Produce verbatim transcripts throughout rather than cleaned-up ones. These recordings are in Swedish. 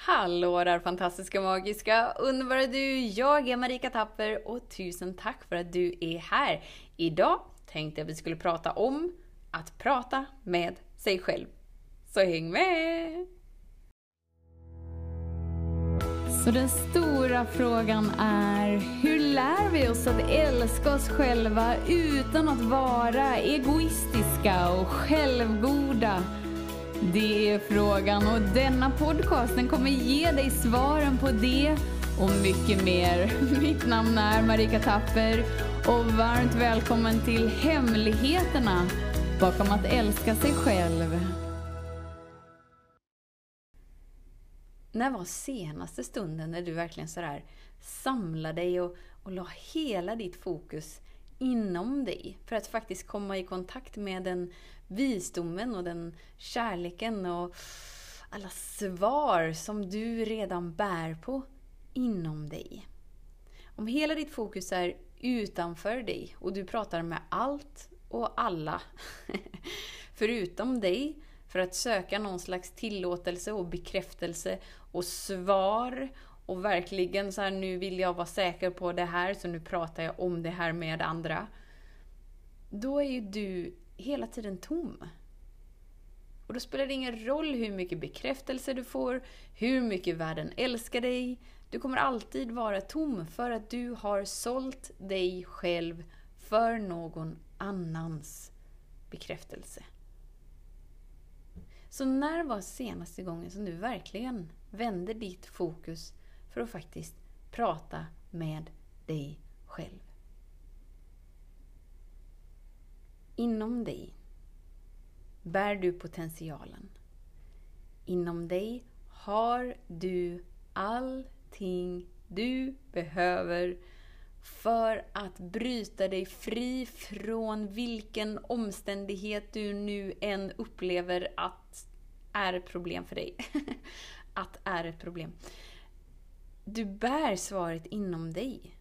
Hallå där fantastiska, magiska, underbara du! Jag är Marika Tapper och tusen tack för att du är här. Idag tänkte jag att vi skulle prata om att prata med sig själv. Så häng med! Så den stora frågan är, hur lär vi oss att älska oss själva utan att vara egoistiska och självgoda? Det är frågan, och denna podcasten kommer ge dig svaren på det och mycket mer. Mitt namn är Marika Tapper och varmt välkommen till hemligheterna bakom att älska sig själv. När var senaste stunden när du verkligen sådär samlade dig och, och la hela ditt fokus inom dig för att faktiskt komma i kontakt med den visdomen och den kärleken och alla svar som du redan bär på inom dig? Om hela ditt fokus är utanför dig och du pratar med allt och alla förutom dig för att söka någon slags tillåtelse och bekräftelse och svar och verkligen så här, nu vill jag vara säker på det här så nu pratar jag om det här med andra, då är ju du hela tiden tom. Och då spelar det ingen roll hur mycket bekräftelse du får, hur mycket världen älskar dig. Du kommer alltid vara tom för att du har sålt dig själv för någon annans bekräftelse. Så när var senaste gången som du verkligen vände ditt fokus för att faktiskt prata med dig själv? Inom dig bär du potentialen. Inom dig har du allting du behöver för att bryta dig fri från vilken omständighet du nu än upplever att är ett problem för dig. Att är ett problem. Du bär svaret inom dig.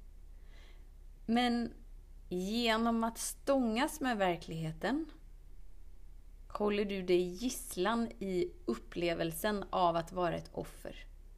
Men genom att stångas med verkligheten håller du dig gisslan i upplevelsen av att vara ett offer.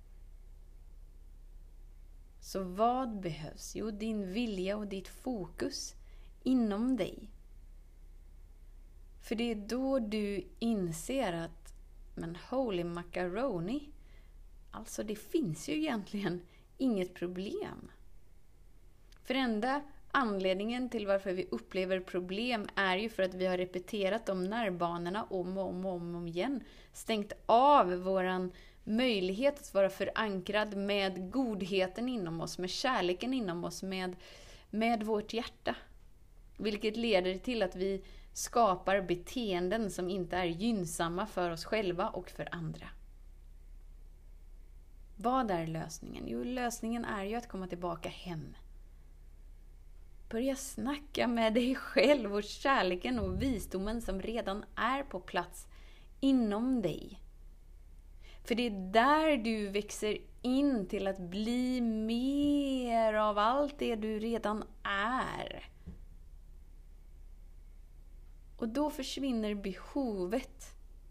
Så vad behövs? Jo, din vilja och ditt fokus inom dig. För det är då du inser att, men holy macaroni, alltså det finns ju egentligen inget problem. För enda anledningen till varför vi upplever problem är ju för att vi har repeterat de nervbanorna om och om och om igen. Stängt av våran möjlighet att vara förankrad med godheten inom oss, med kärleken inom oss, med, med vårt hjärta. Vilket leder till att vi skapar beteenden som inte är gynnsamma för oss själva och för andra. Vad är lösningen? Jo, lösningen är ju att komma tillbaka hem. Börja snacka med dig själv och kärleken och visdomen som redan är på plats inom dig. För det är där du växer in till att bli mer av allt det du redan är. Och då försvinner behovet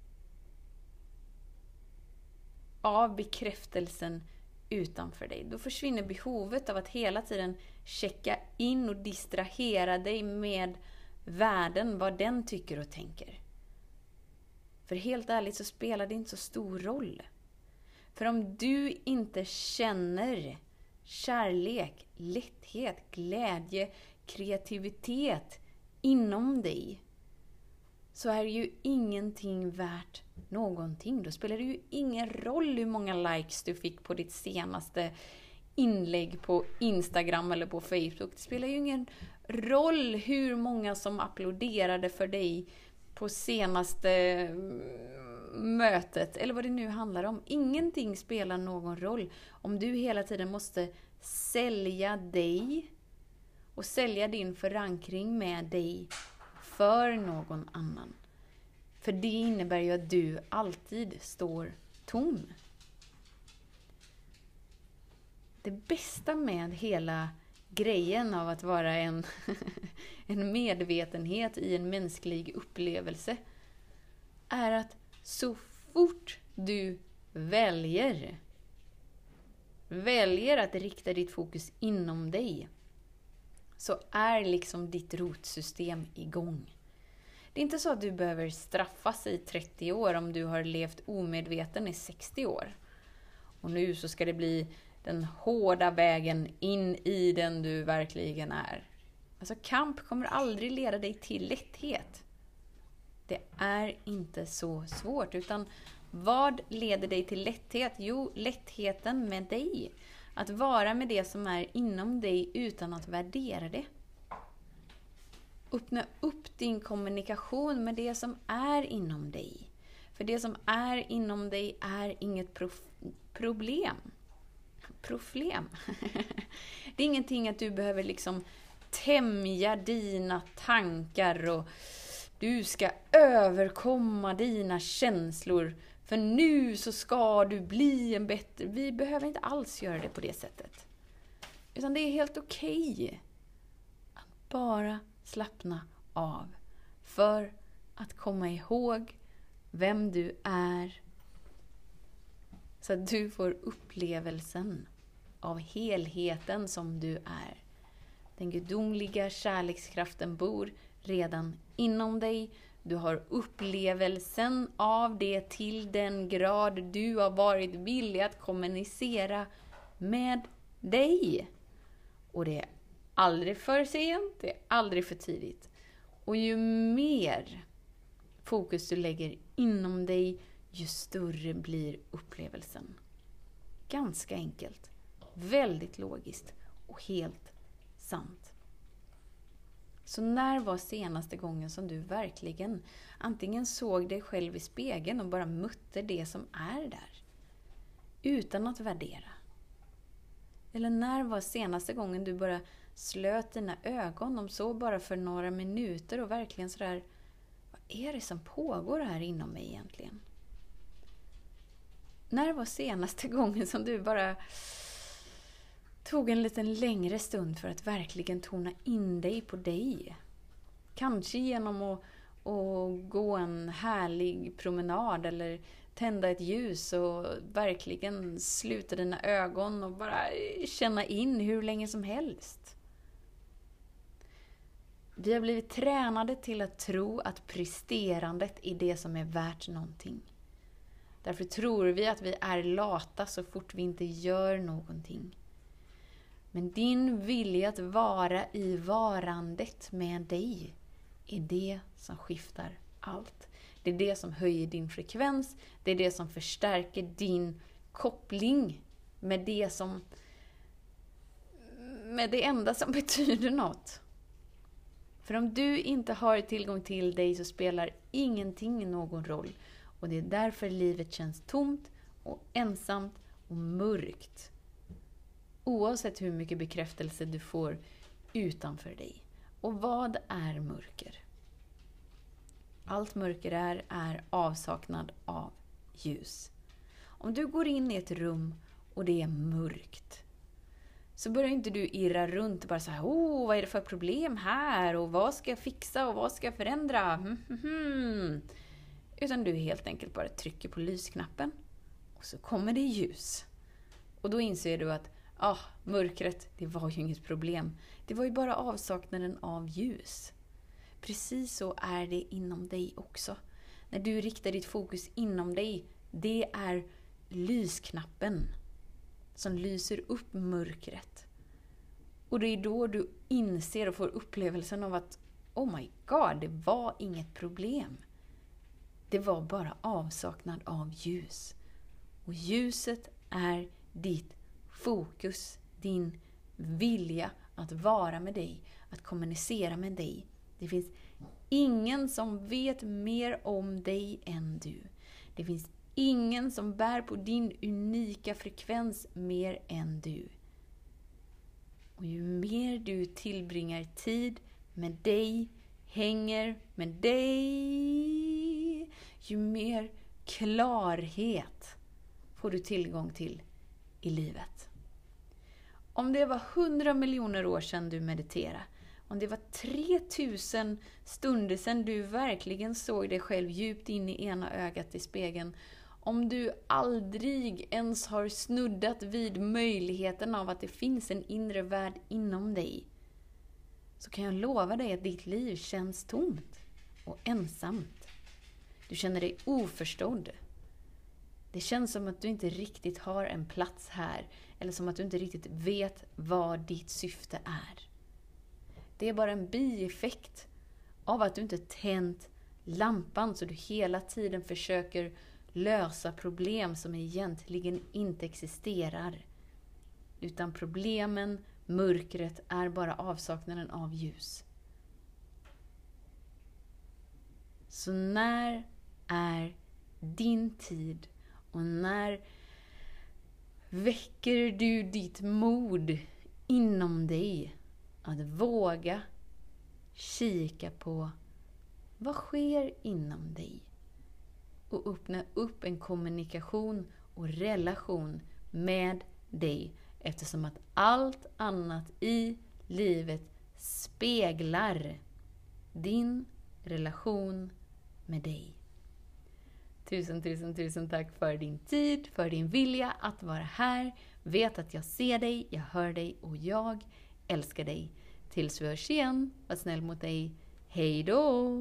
av bekräftelsen utanför dig. Då försvinner behovet av att hela tiden checka in och distrahera dig med världen, vad den tycker och tänker. För helt ärligt så spelar det inte så stor roll. För om du inte känner kärlek, lätthet, glädje, kreativitet inom dig, så är ju ingenting värt någonting. Då spelar det ju ingen roll hur många likes du fick på ditt senaste inlägg på Instagram eller på Facebook. Det spelar ju ingen roll hur många som applåderade för dig på senaste mötet eller vad det nu handlar om. Ingenting spelar någon roll om du hela tiden måste sälja dig och sälja din förankring med dig för någon annan. För det innebär ju att du alltid står tom. Det bästa med hela grejen av att vara en, en medvetenhet i en mänsklig upplevelse är att så fort du väljer, väljer att rikta ditt fokus inom dig, så är liksom ditt rotsystem igång. Det är inte så att du behöver straffas i trettio år om du har levt omedveten i sextio år. Och nu så ska det bli den hårda vägen in i den du verkligen är. Alltså kamp kommer aldrig leda dig till lätthet. Det är inte så svårt, utan vad leder dig till lätthet? Jo, lättheten med dig. Att vara med det som är inom dig utan att värdera det. Öppna upp din kommunikation med det som är inom dig. För det som är inom dig är inget prof- problem. Problem. Det är ingenting att du behöver liksom tämja dina tankar och du ska överkomma dina känslor. För nu så ska du bli en bättre... Vi behöver inte alls göra det på det sättet. Utan det är helt okej att bara slappna av. För att komma ihåg vem du är. Så att du får upplevelsen av helheten som du är. Den gudomliga kärlekskraften bor redan inom dig. Du har upplevelsen av det till den grad du har varit villig att kommunicera med dig. Och det är aldrig för sent, det är aldrig för tidigt. Och ju mer fokus du lägger inom dig, ju större blir upplevelsen. Ganska enkelt, väldigt logiskt och helt sant. Så när var senaste gången som du verkligen antingen såg dig själv i spegeln och bara mötte det som är där, utan att värdera? Eller när var senaste gången du bara slöt dina ögon, om så bara för några minuter, och verkligen sådär, vad är det som pågår här inom mig egentligen? När var senaste gången som du bara tog en liten längre stund för att verkligen tona in dig på dig? Kanske genom att, att gå en härlig promenad eller tända ett ljus och verkligen sluta dina ögon och bara känna in hur länge som helst. Vi har blivit tränade till att tro att presterandet är det som är värt någonting. Därför tror vi att vi är lata så fort vi inte gör någonting. Men din vilja att vara i varandet med dig är det som skiftar allt. Det är det som höjer din frekvens. Det är det som förstärker din koppling med det som med det enda som betyder något. För om du inte har tillgång till dig så spelar ingenting någon roll. Och det är därför livet känns tomt och ensamt och mörkt. Oavsett hur mycket bekräftelse du får utanför dig. Och vad är mörker? Allt mörker är, är avsaknad av ljus. Om du går in i ett rum och det är mörkt, så börjar inte du irra runt och bara så här, oh, vad är det för problem här? Och vad ska jag fixa och vad ska jag förändra? Mm, mm, mm. Utan du helt enkelt bara trycker på lysknappen och så kommer det ljus. Och då inser du att ah, mörkret, det var ju inget problem. Det var ju bara avsaknaden av ljus. Precis så är det inom dig också. När du riktar ditt fokus inom dig, det är lysknappen som lyser upp mörkret. Och det är då du inser och får upplevelsen av att oh my god, det var inget problem. Det var bara avsaknad av ljus. Och ljuset är ditt fokus, din vilja att vara med dig, att kommunicera med dig. Det finns ingen som vet mer om dig än du. Det finns ingen som bär på din unika frekvens mer än du. Och ju mer du tillbringar tid med dig, hänger med dig, ju mer klarhet får du tillgång till i livet. Om det var hundra miljoner år sedan du mediterade, om det var tre tusen stunder sedan du verkligen såg dig själv djupt in i ena ögat i spegeln, om du aldrig ens har snuddat vid möjligheten av att det finns en inre värld inom dig, så kan jag lova dig att ditt liv känns tomt och ensamt. Du känner dig oförstådd. Det känns som att du inte riktigt har en plats här, eller som att du inte riktigt vet vad ditt syfte är. Det är bara en bieffekt av att du inte tänt lampan, så du hela tiden försöker lösa problem som egentligen inte existerar. Utan problemen, mörkret, är bara avsaknaden av ljus. Så när är din tid, och när väcker du ditt mod inom dig att våga kika på vad sker inom dig och öppna upp en kommunikation och relation med dig, eftersom att allt annat i livet speglar din relation med dig. Tusen, tusen, tusen tack för din tid, för din vilja att vara här. Vet att jag ser dig, jag hör dig och jag älskar dig. Tills vi hörs igen, var snäll mot dig. Hej då!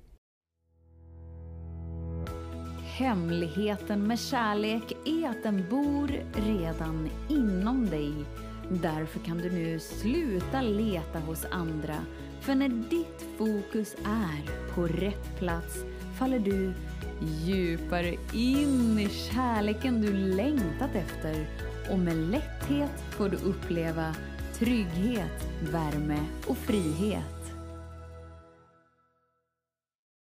Hemligheten med kärlek är att den bor redan inom dig. Därför kan du nu sluta leta hos andra. För när ditt fokus är på rätt plats faller du djupare in i kärleken du längtat efter. Och med lätthet får du uppleva trygghet, värme och frihet.